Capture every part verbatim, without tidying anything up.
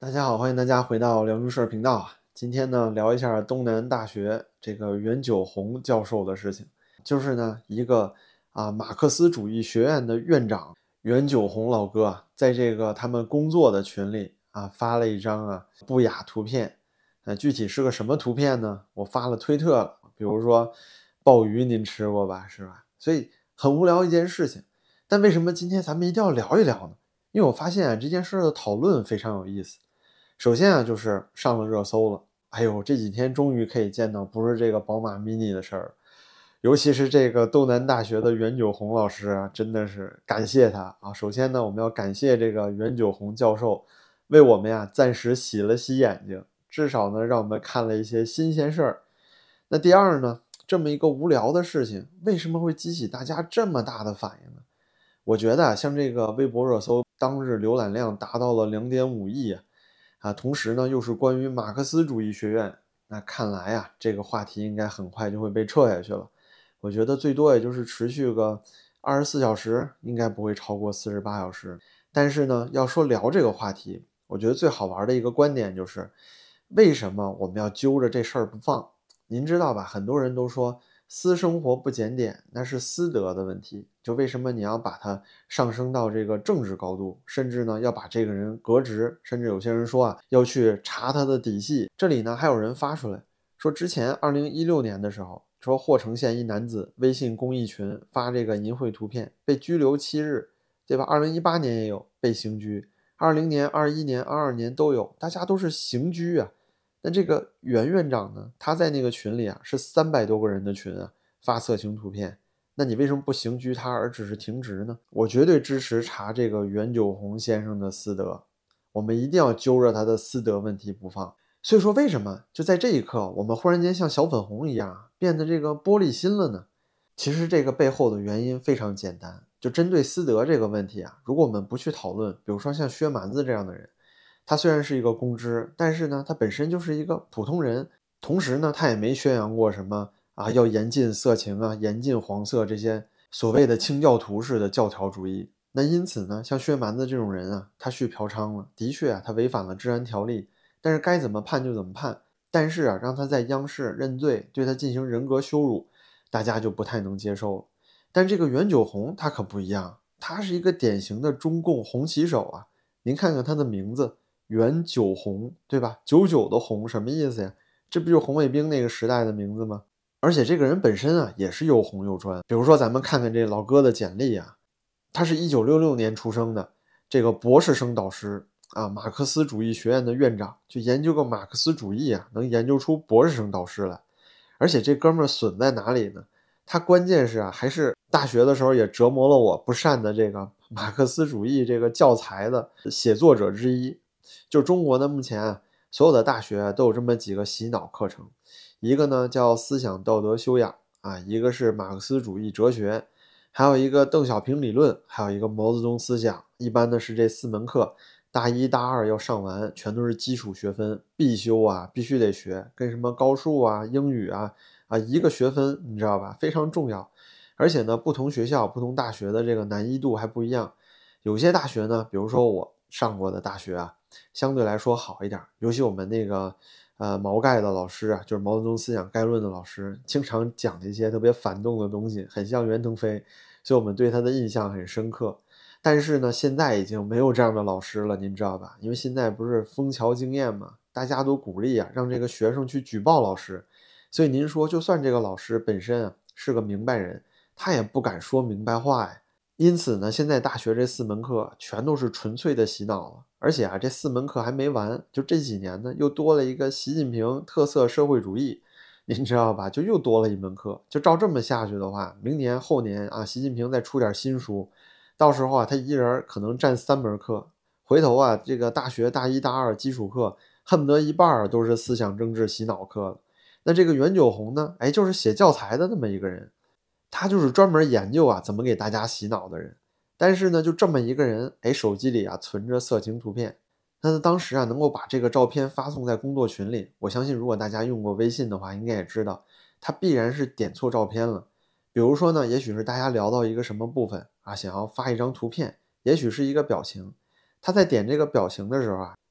大家好，欢迎大家回到辽宁事儿频道啊。今天呢，聊一下东南大学这个袁九红教授的事情。就是呢，一个啊马克思主义学院的院长袁九红老哥啊，在这个他们工作的群里啊发了一张啊不雅图片。呃，具体是个什么图片呢？我发了推特了，比如说鲍鱼您吃过吧，是吧？所以很无聊一件事情。但为什么今天咱们一定要聊一聊呢？因为我发现啊这件事的讨论非常有意思。首先啊，就是上了热搜了。哎呦，这几天终于可以见到不是这个宝马 mini 的事儿，尤其是这个东南大学的袁九红老师啊，真的是感谢他啊。首先呢，我们要感谢这个袁九红教授，为我们呀暂时洗了洗眼睛，至少呢让我们看了一些新鲜事儿。那第二呢，这么一个无聊的事情，为什么会激起大家这么大的反应呢？我觉得啊，像这个微博热搜当日浏览量达到了 两点五亿啊。啊，同时呢，又是关于马克思主义学院，那看来啊，这个话题应该很快就会被撤下去了。我觉得最多也就是持续个二十四小时，应该不会超过四十八小时。但是呢，要说聊这个话题，我觉得最好玩的一个观点就是，为什么我们要揪着这事儿不放？您知道吧？很多人都说私生活不检点，那是私德的问题。就为什么你要把它上升到这个政治高度，甚至呢要把这个人革职，甚至有些人说啊要去查他的底细。这里呢还有人发出来说，之前二零一六年的时候，说霍城县一男子微信公益群发这个淫秽图片被拘留七日，对吧？二零一八年也有被刑拘，二零年、二一年、二二年都有，大家都是刑拘啊。那这个袁院长呢，他在那个群里啊是三百多个人的群啊，发色情图片。那你为什么不刑拘他，而只是停职呢？我绝对支持查这个袁九红先生的私德，我们一定要揪着他的私德问题不放。所以说，为什么就在这一刻，我们忽然间像小粉红一样变得这个玻璃心了呢？其实这个背后的原因非常简单，就针对私德这个问题啊，如果我们不去讨论，比如说像薛蛮子这样的人，他虽然是一个公知，但是呢，他本身就是一个普通人，同时呢，他也没宣扬过什么啊要严禁色情啊、严禁黄色这些所谓的清教徒式的教条主义。那因此呢，像薛蛮子这种人啊，他去嫖娼了，的确啊，他违反了治安条例，但是该怎么判就怎么判。但是啊，让他在央视认罪，对他进行人格羞辱，大家就不太能接受了。但这个袁九红他可不一样，他是一个典型的中共红旗手啊。您看看他的名字袁九红，对吧？九九的红什么意思呀？这不就是红卫兵那个时代的名字吗？而且这个人本身啊也是又红又专。比如说咱们看看这老哥的简历啊，他是一九六六年出生的，这个博士生导师啊，马克思主义学院的院长，就研究个马克思主义啊，能研究出博士生导师来。而且这哥们儿损在哪里呢？他关键是啊，还是大学的时候也折磨了我不善的这个马克思主义这个教材的写作者之一。就中国呢，目前啊，所有的大学都有这么几个洗脑课程，一个呢叫思想道德修养啊，一个是马克思主义哲学，还有一个邓小平理论，还有一个毛泽东思想。一般的是这四门课，大一大二要上完，全都是基础学分，必修啊，必须得学，跟什么高数啊、英语啊啊一个学分，你知道吧？非常重要。而且呢，不同学校、不同大学的这个难易度还不一样。有些大学呢，比如说我上过的大学啊，相对来说好一点。尤其我们那个呃毛概的老师啊，就是毛泽东思想概论的老师，经常讲一些特别反动的东西，很像袁腾飞，所以我们对他的印象很深刻。但是呢，现在已经没有这样的老师了，您知道吧？因为现在不是枫桥经验嘛，大家都鼓励啊，让这个学生去举报老师。所以您说，就算这个老师本身啊是个明白人，他也不敢说明白话呀。因此呢，现在大学这四门课全都是纯粹的洗脑了。而且啊，这四门课还没完，就这几年呢，又多了一个习近平特色社会主义，您知道吧？就又多了一门课。就照这么下去的话，明年后年啊，习近平再出点新书，到时候啊，他一人可能占三门课。回头啊，这个大学大一大二基础课恨不得一半都是思想政治洗脑课了。那这个袁九红呢，哎，就是写教材的那么一个人。他就是专门研究啊怎么给大家洗脑的人。但是呢，就这么一个人，哎，手机里啊存着色情图片。那他当时啊能够把这个照片发送在工作群里，我相信如果大家用过微信的话，应该也知道，他必然是点错照片了。比如说呢，也许是大家聊到一个什么部分啊，想要发一张图片，也许是一个表情。他在点这个表情的时候啊，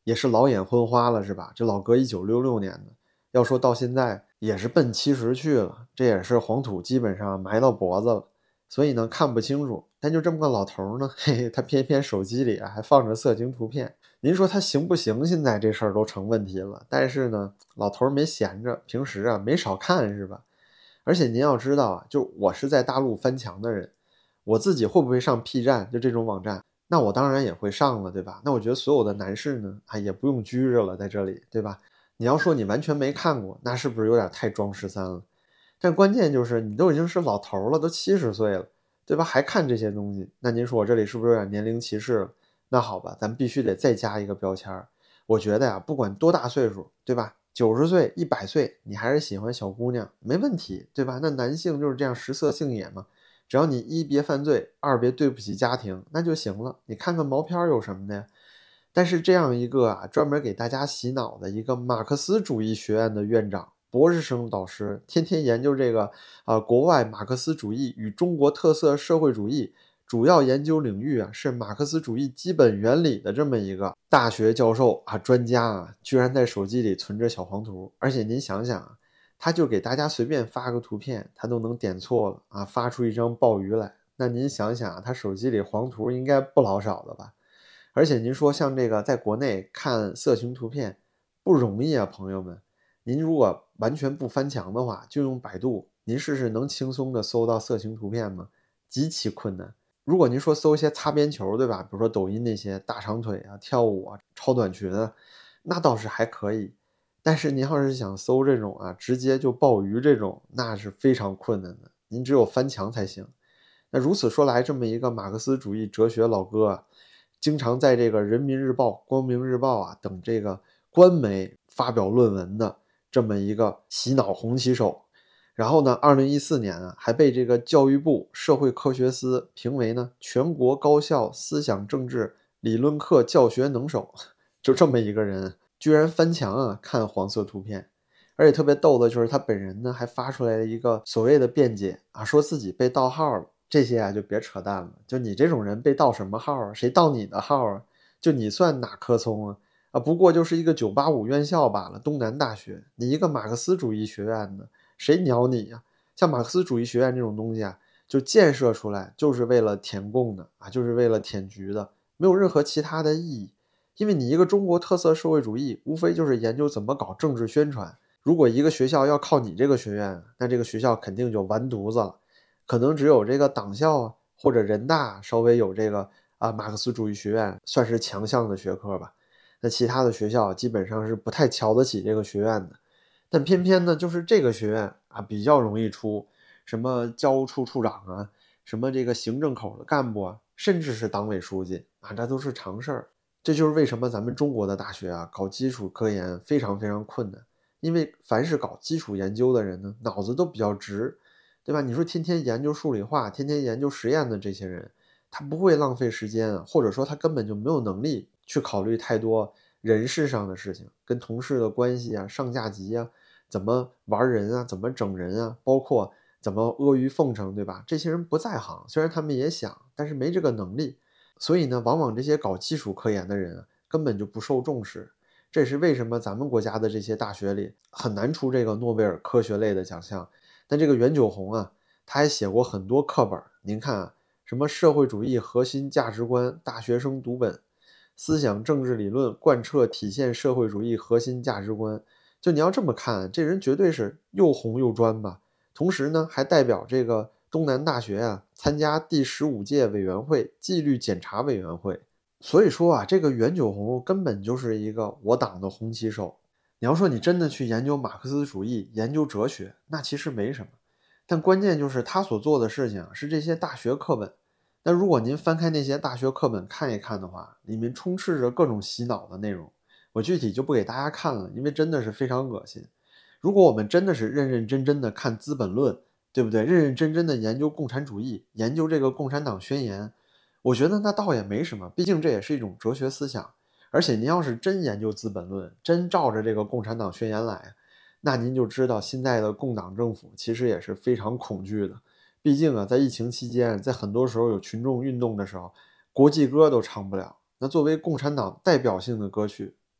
也是老眼昏花了是吧？这老哥一九六六年的，要说到现在也是奔七十去了，这也是黄土基本上埋到脖子了，所以呢看不清楚。但就这么个老头呢，嘿嘿，他偏偏手机里啊还放着色情图片。您说他行不行？现在这事儿都成问题了。但是呢，老头没闲着，平时啊没少看是吧？而且您要知道啊，就我是在大陆翻墙的人，我自己会不会上 P 站，就这种网站？那我当然也会上了，对吧？那我觉得所有的男士呢，啊也不用拘着了，在这里，对吧？你要说你完全没看过，那是不是有点太装十三了？但关键就是你都已经是老头了，都七十岁了，对吧？还看这些东西，那您说我这里是不是有点年龄歧视了？那好吧，咱们必须得再加一个标签。我觉得呀，不管多大岁数，对吧？九十岁、一百岁，你还是喜欢小姑娘，没问题，对吧？那男性就是这样食色性也嘛。只要你一别犯罪，二别对不起家庭，那就行了。你看看毛片有什么的呀？但是这样一个啊，专门给大家洗脑的一个马克思主义学院的院长、博士生导师，天天研究这个啊、呃，国外马克思主义与中国特色社会主义，主要研究领域啊是马克思主义基本原理的这么一个大学教授啊、专家啊，居然在手机里存着小黄图，而且您想想啊。他就给大家随便发个图片，他都能点错了啊，发出一张鲍鱼来。那您想想，他手机里黄图应该不老少的吧？而且您说像这个在国内看色情图片不容易啊，朋友们。您如果完全不翻墙的话，就用百度，您试试能轻松的搜到色情图片吗？极其困难。如果您说搜一些擦边球，对吧？比如说抖音那些大长腿啊、跳舞啊、超短裙啊，那倒是还可以。但是您要是想搜这种啊，直接就鲍鱼这种，那是非常困难的。您只有翻墙才行。那如此说来，这么一个马克思主义哲学老哥啊，经常在这个人民日报、光明日报啊等这个官媒发表论文的这么一个洗脑红旗手。然后呢，二零一四年啊，还被这个教育部社会科学司评为呢全国高校思想政治理论课教学能手。就这么一个人，居然翻墙啊看黄色图片。而且特别逗的就是他本人呢还发出来了一个所谓的辩解啊，说自己被盗号了。这些啊就别扯淡了，就你这种人被盗什么号啊？谁盗你的号啊？就你算哪棵葱啊？啊，不过就是一个九八五院校罢了，东南大学，你一个马克思主义学院的，谁鸟你呀、啊？像马克思主义学院这种东西啊，就建设出来就是为了填供的啊，就是为了舔局的，没有任何其他的意义。因为你一个中国特色社会主义，无非就是研究怎么搞政治宣传。如果一个学校要靠你这个学院，那这个学校肯定就完犊子了。可能只有这个党校啊，或者人大稍微有这个啊马克思主义学院算是强项的学科吧。那其他的学校基本上是不太瞧得起这个学院的。但偏偏呢，就是这个学院啊比较容易出什么教务处处长啊，什么这个行政口的干部啊，甚至是党委书记啊，这都是常事儿。这就是为什么咱们中国的大学啊搞基础科研非常非常困难，因为凡是搞基础研究的人呢，脑子都比较直。对吧？你说天天研究数理化，天天研究实验的这些人，他不会浪费时间啊，或者说他根本就没有能力去考虑太多人事上的事情，跟同事的关系啊、上下级啊、怎么玩人啊、怎么整人啊，包括怎么阿谀奉承，对吧？这些人不在行，虽然他们也想，但是没这个能力。所以呢，往往这些搞基础科研的人啊，根本就不受重视。这也是为什么咱们国家的这些大学里很难出这个诺贝尔科学类的奖项。但这个袁九红啊，他还写过很多课本，您看啊，什么社会主义核心价值观大学生读本，思想政治理论贯彻体现社会主义核心价值观。就你要这么看，这人绝对是又红又专吧。同时呢，还代表这个东南大学啊，参加第十五届委员会纪律检查委员会。所以说啊，这个袁九红根本就是一个我党的红旗手。你要说你真的去研究马克思主义、研究哲学，那其实没什么。但关键就是他所做的事情啊，是这些大学课本。但如果您翻开那些大学课本看一看的话，里面充斥着各种洗脑的内容。我具体就不给大家看了，因为真的是非常恶心。如果我们真的是认认真真的看《资本论》，对不对？认认真真的研究共产主义，研究这个共产党宣言，我觉得那倒也没什么，毕竟这也是一种哲学思想。而且您要是真研究《资本论》，真照着这个共产党宣言来，那您就知道现在的共党政府其实也是非常恐惧的。毕竟啊，在疫情期间，在很多时候有群众运动的时候，国际歌都唱不了。那作为共产党代表性的歌曲，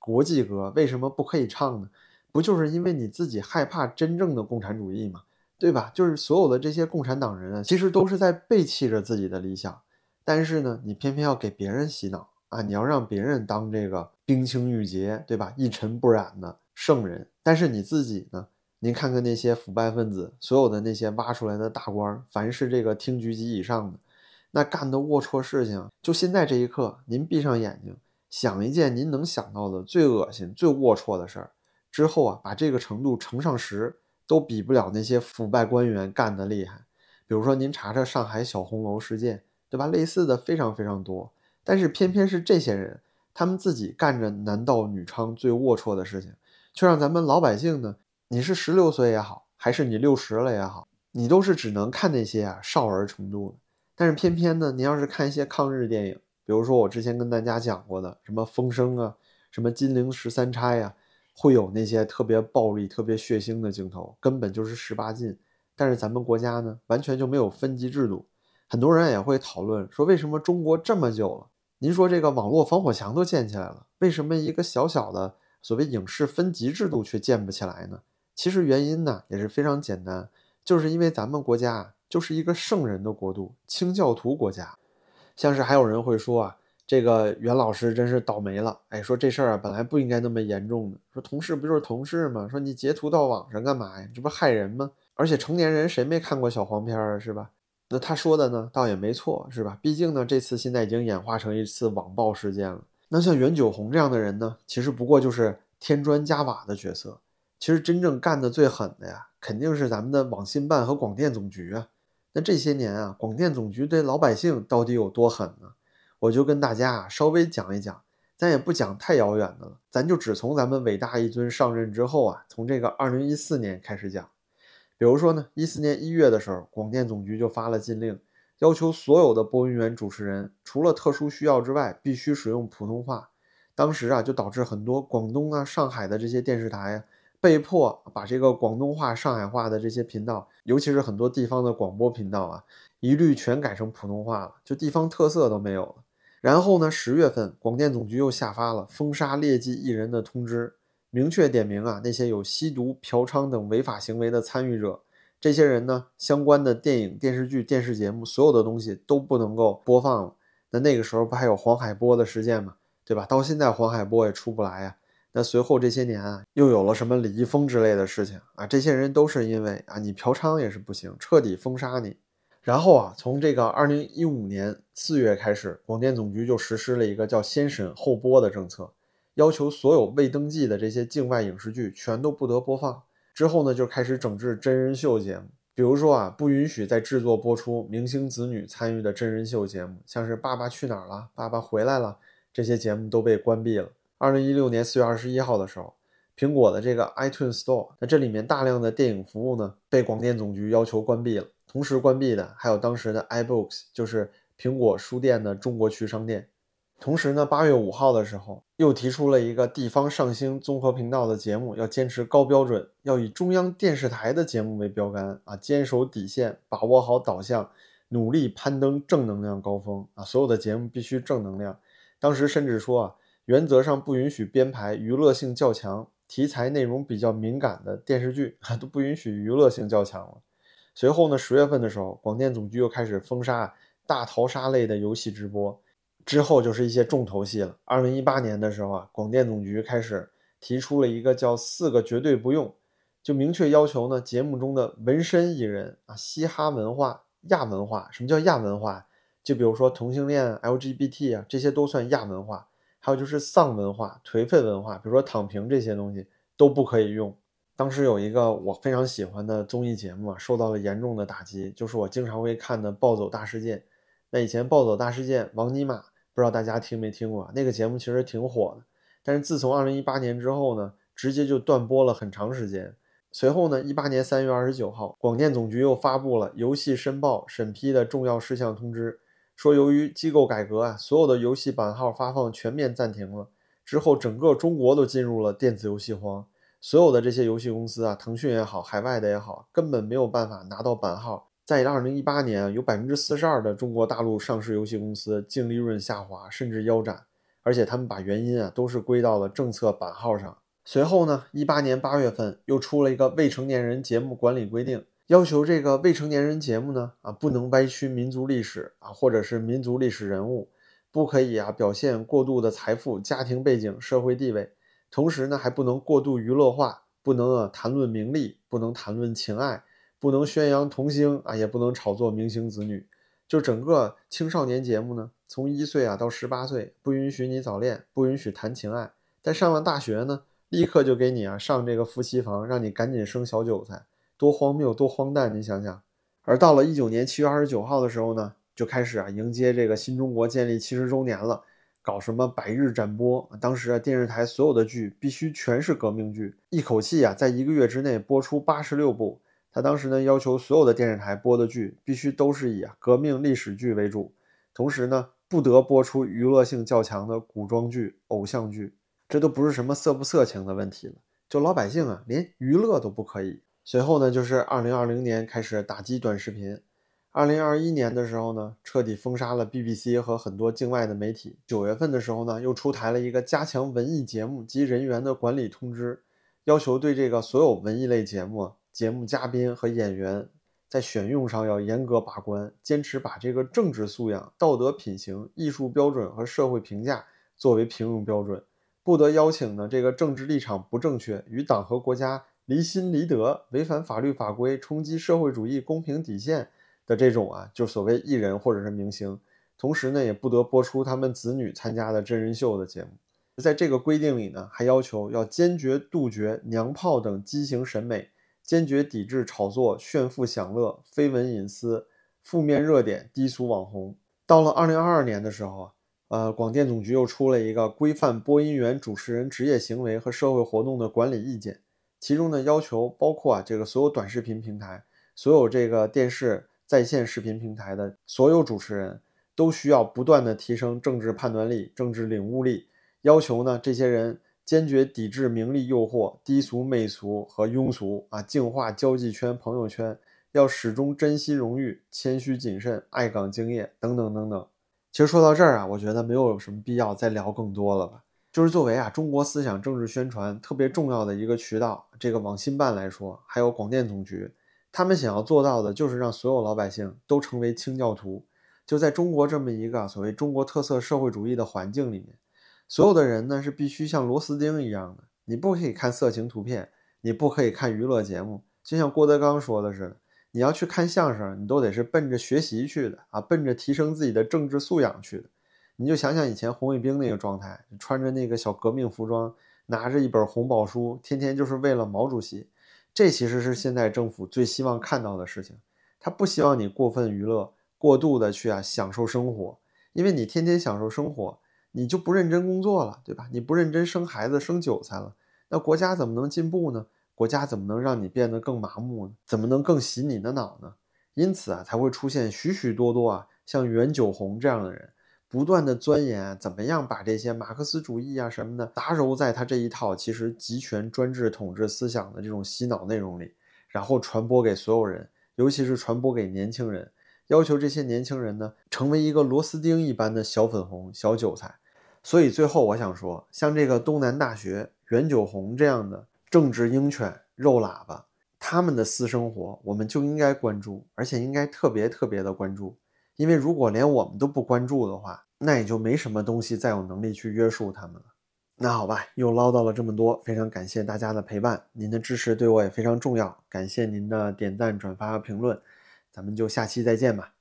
国际歌为什么不可以唱呢？不就是因为你自己害怕真正的共产主义吗？对吧？就是所有的这些共产党人啊，其实都是在背弃着自己的理想，但是呢，你偏偏要给别人洗脑啊，你要让别人当这个冰清玉洁，对吧？一尘不染的圣人，但是你自己呢？您看看那些腐败分子，所有的那些挖出来的大官，凡是这个厅局级以上的，那干的龌龊事情，就现在这一刻，您闭上眼睛，想一件您能想到的最恶心、最龌龊的事儿，之后啊，把这个程度乘上十，都比不了那些腐败官员干的厉害。比如说，您查查上海小红楼事件，对吧？类似的非常非常多，但是偏偏是这些人，他们自己干着男盗女娼最龌龊的事情，却让咱们老百姓呢，你是十六岁也好，还是你六十了也好，你都是只能看那些啊少儿程度的。但是偏偏呢，你要是看一些抗日电影，比如说我之前跟大家讲过的什么风声啊，什么金陵十三钗呀、啊，会有那些特别暴力、特别血腥的镜头，根本就是十八禁。但是咱们国家呢，完全就没有分级制度。很多人也会讨论说，为什么中国这么久了，您说这个网络防火墙都建起来了，为什么一个小小的所谓影视分级制度却建不起来呢？其实原因呢也是非常简单，就是因为咱们国家就是一个圣人的国度，清教徒国家。像是还有人会说啊，这个袁老师真是倒霉了，哎，说这事儿啊本来不应该那么严重的，说同事不就是同事吗？说你截图到网上干嘛呀？这不害人吗？而且成年人谁没看过小黄片啊，是吧？那他说的呢，倒也没错，是吧？毕竟呢，这次现在已经演化成一次网暴事件了。那像袁九红这样的人呢，其实不过就是添砖加瓦的角色。其实真正干的最狠的呀，肯定是咱们的网信办和广电总局啊。那这些年啊，广电总局对老百姓到底有多狠呢？我就跟大家啊稍微讲一讲，咱也不讲太遥远的了，咱就只从咱们伟大一尊上任之后啊，从这个二零一四年开始讲。比如说呢，一四年一月的时候，广电总局就发了禁令，要求所有的播音员主持人，除了特殊需要之外，必须使用普通话。当时啊，就导致很多广东啊、上海的这些电视台啊，被迫把这个广东话、上海话的这些频道，尤其是很多地方的广播频道啊，一律全改成普通话了，就地方特色都没有了。然后呢，十月份，广电总局又下发了封杀劣迹艺人的通知，明确点名啊，那些有吸毒、嫖娼等违法行为的参与者，这些人呢，相关的电影、电视剧、电视节目，所有的东西都不能够播放了。那那个时候不还有黄海波的事件吗？对吧？到现在黄海波也出不来啊。那随后这些年啊，又有了什么李易峰之类的事情啊，这些人都是因为啊，你嫖娼也是不行，彻底封杀你。然后啊，从这个二零一五年四月开始，广电总局就实施了一个叫先审后播的政策，要求所有未登记的这些境外影视剧全都不得播放。之后呢，就开始整治真人秀节目，比如说啊，不允许在制作播出明星子女参与的真人秀节目，像是《爸爸去哪儿了》《爸爸回来了》这些节目都被关闭了。二零一六年四月二十一号的时候，苹果的这个 iTunes Store， 那这里面大量的电影服务呢，被广电总局要求关闭了。同时关闭的还有当时的 iBooks， 就是苹果书店的中国区商店。同时呢，八月五号的时候，又提出了一个地方上星综合频道的节目要坚持高标准，要以中央电视台的节目为标杆啊，坚守底线，把握好导向，努力攀登正能量高峰啊，所有的节目必须正能量。当时甚至说啊，原则上不允许编排娱乐性较强、题材内容比较敏感的电视剧啊，都不允许娱乐性较强了。随后呢，十月份的时候，广电总局又开始封杀大逃杀类的游戏直播，之后就是一些重头戏了。二零一八年的时候啊，广电总局开始提出了一个叫四个绝对不用，就明确要求呢，节目中的纹身艺人啊、嘻哈文化、亚文化。什么叫亚文化？就比如说同性恋、L G B T 啊，这些都算亚文化。还有就是丧文化、颓废文化，比如说躺平这些东西都不可以用。当时有一个我非常喜欢的综艺节目啊，受到了严重的打击，就是我经常会看的《暴走大事件》。那以前《暴走大事件》王尼玛，不知道大家听没听过，那个节目其实挺火的。但是自从二零一八年之后呢，直接就断播了很长时间。随后呢，一八年三月二十九号，广电总局又发布了游戏申报审批的重要事项通知，说由于机构改革啊，所有的游戏版号发放全面暂停了。之后整个中国都进入了电子游戏荒。所有的这些游戏公司啊，腾讯也好，海外的也好，根本没有办法拿到版号。在二零一八年，有 百分之四十二 的中国大陆上市游戏公司净利润下滑，甚至腰斩。 而且他们把原因啊都是归到了政策版号上。随后呢，一八年八月份又出了一个未成年人节目管理规定，要求这个未成年人节目呢啊不能歪曲民族历史啊或者是民族历史人物，不可以啊表现过度的财富、家庭背景、社会地位，同时呢还不能过度娱乐化，不能啊谈论名利，不能谈论情爱，不能宣扬童星啊，也不能炒作明星子女。就整个青少年节目呢，从一岁啊到十八岁，不允许你早恋，不允许谈情爱。但上了大学呢，立刻就给你啊上这个夫妻房，让你赶紧生小韭菜，多荒谬多荒诞，你想想。而到了一九年七月二十九号的时候呢，就开始啊迎接这个新中国建立七十周年了，搞什么百日展播。当时啊电视台所有的剧必须全是革命剧，一口气啊在一个月之内播出八十六部。他当时呢要求所有的电视台播的剧必须都是以啊革命历史剧为主，同时呢不得播出娱乐性较强的古装剧、偶像剧。这都不是什么色不色情的问题了，就老百姓啊连娱乐都不可以。随后呢就是二零二零年开始打击短视频，二零二一年的时候呢彻底封杀了 B B C 和很多境外的媒体。九月份的时候呢又出台了一个加强文艺节目及人员的管理通知，要求对这个所有文艺类节目节目嘉宾和演员在选用上要严格把关，坚持把这个政治素养、道德品行、艺术标准和社会评价作为评用标准，不得邀请呢这个政治立场不正确、与党和国家离心离德、违反法律法规、冲击社会主义公平底线的这种啊，就所谓艺人或者是明星。同时呢，也不得播出他们子女参加的真人秀的节目。在这个规定里呢，还要求要坚决杜绝娘炮等畸形审美，坚决抵制炒作、炫富享乐、绯闻隐私、负面热点、低俗网红。到了二零二二年的时候啊，呃，广电总局又出了一个规范播音员、主持人职业行为和社会活动的管理意见，其中呢要求包括啊这个所有短视频平台、所有这个电视在线视频平台的所有主持人都需要不断的提升政治判断力、政治领悟力，要求呢这些人坚决抵制名利诱惑、低俗媚俗和庸俗啊，净化交际圈、朋友圈，要始终珍惜荣誉、谦虚谨慎、爱岗敬业等等等等。其实说到这儿啊，我觉得没有什么必要再聊更多了吧。就是作为啊中国思想政治宣传特别重要的一个渠道，这个网信办来说，还有广电总局，他们想要做到的就是让所有老百姓都成为清教徒。就在中国这么一个所谓中国特色社会主义的环境里面，所有的人呢是必须像螺丝钉一样的，你不可以看色情图片，你不可以看娱乐节目，就像郭德纲说的似的，你要去看相声，你都得是奔着学习去的啊，奔着提升自己的政治素养去的。你就想想以前红卫兵那个状态，穿着那个小革命服装，拿着一本红宝书，天天就是为了毛主席。这其实是现在政府最希望看到的事情，他不希望你过分娱乐，过度的去啊享受生活，因为你天天享受生活，你就不认真工作了，对吧？你不认真生孩子生韭菜了，那国家怎么能进步呢？国家怎么能让你变得更麻木呢？怎么能更洗你的脑呢？因此啊，才会出现许许多多啊像袁九红这样的人，不断的钻研啊怎么样把这些马克思主义啊什么的杂糅在他这一套其实集权专制统治思想的这种洗脑内容里，然后传播给所有人，尤其是传播给年轻人，要求这些年轻人呢成为一个螺丝钉一般的小粉红、小韭菜。所以最后我想说，像这个东南大学、袁九红这样的政治鹰犬、肉喇叭，他们的私生活我们就应该关注，而且应该特别特别的关注。因为如果连我们都不关注的话，那也就没什么东西再有能力去约束他们了。那好吧，又唠叨了这么多，非常感谢大家的陪伴，您的支持对我也非常重要，感谢您的点赞、转发和评论，咱们就下期再见吧。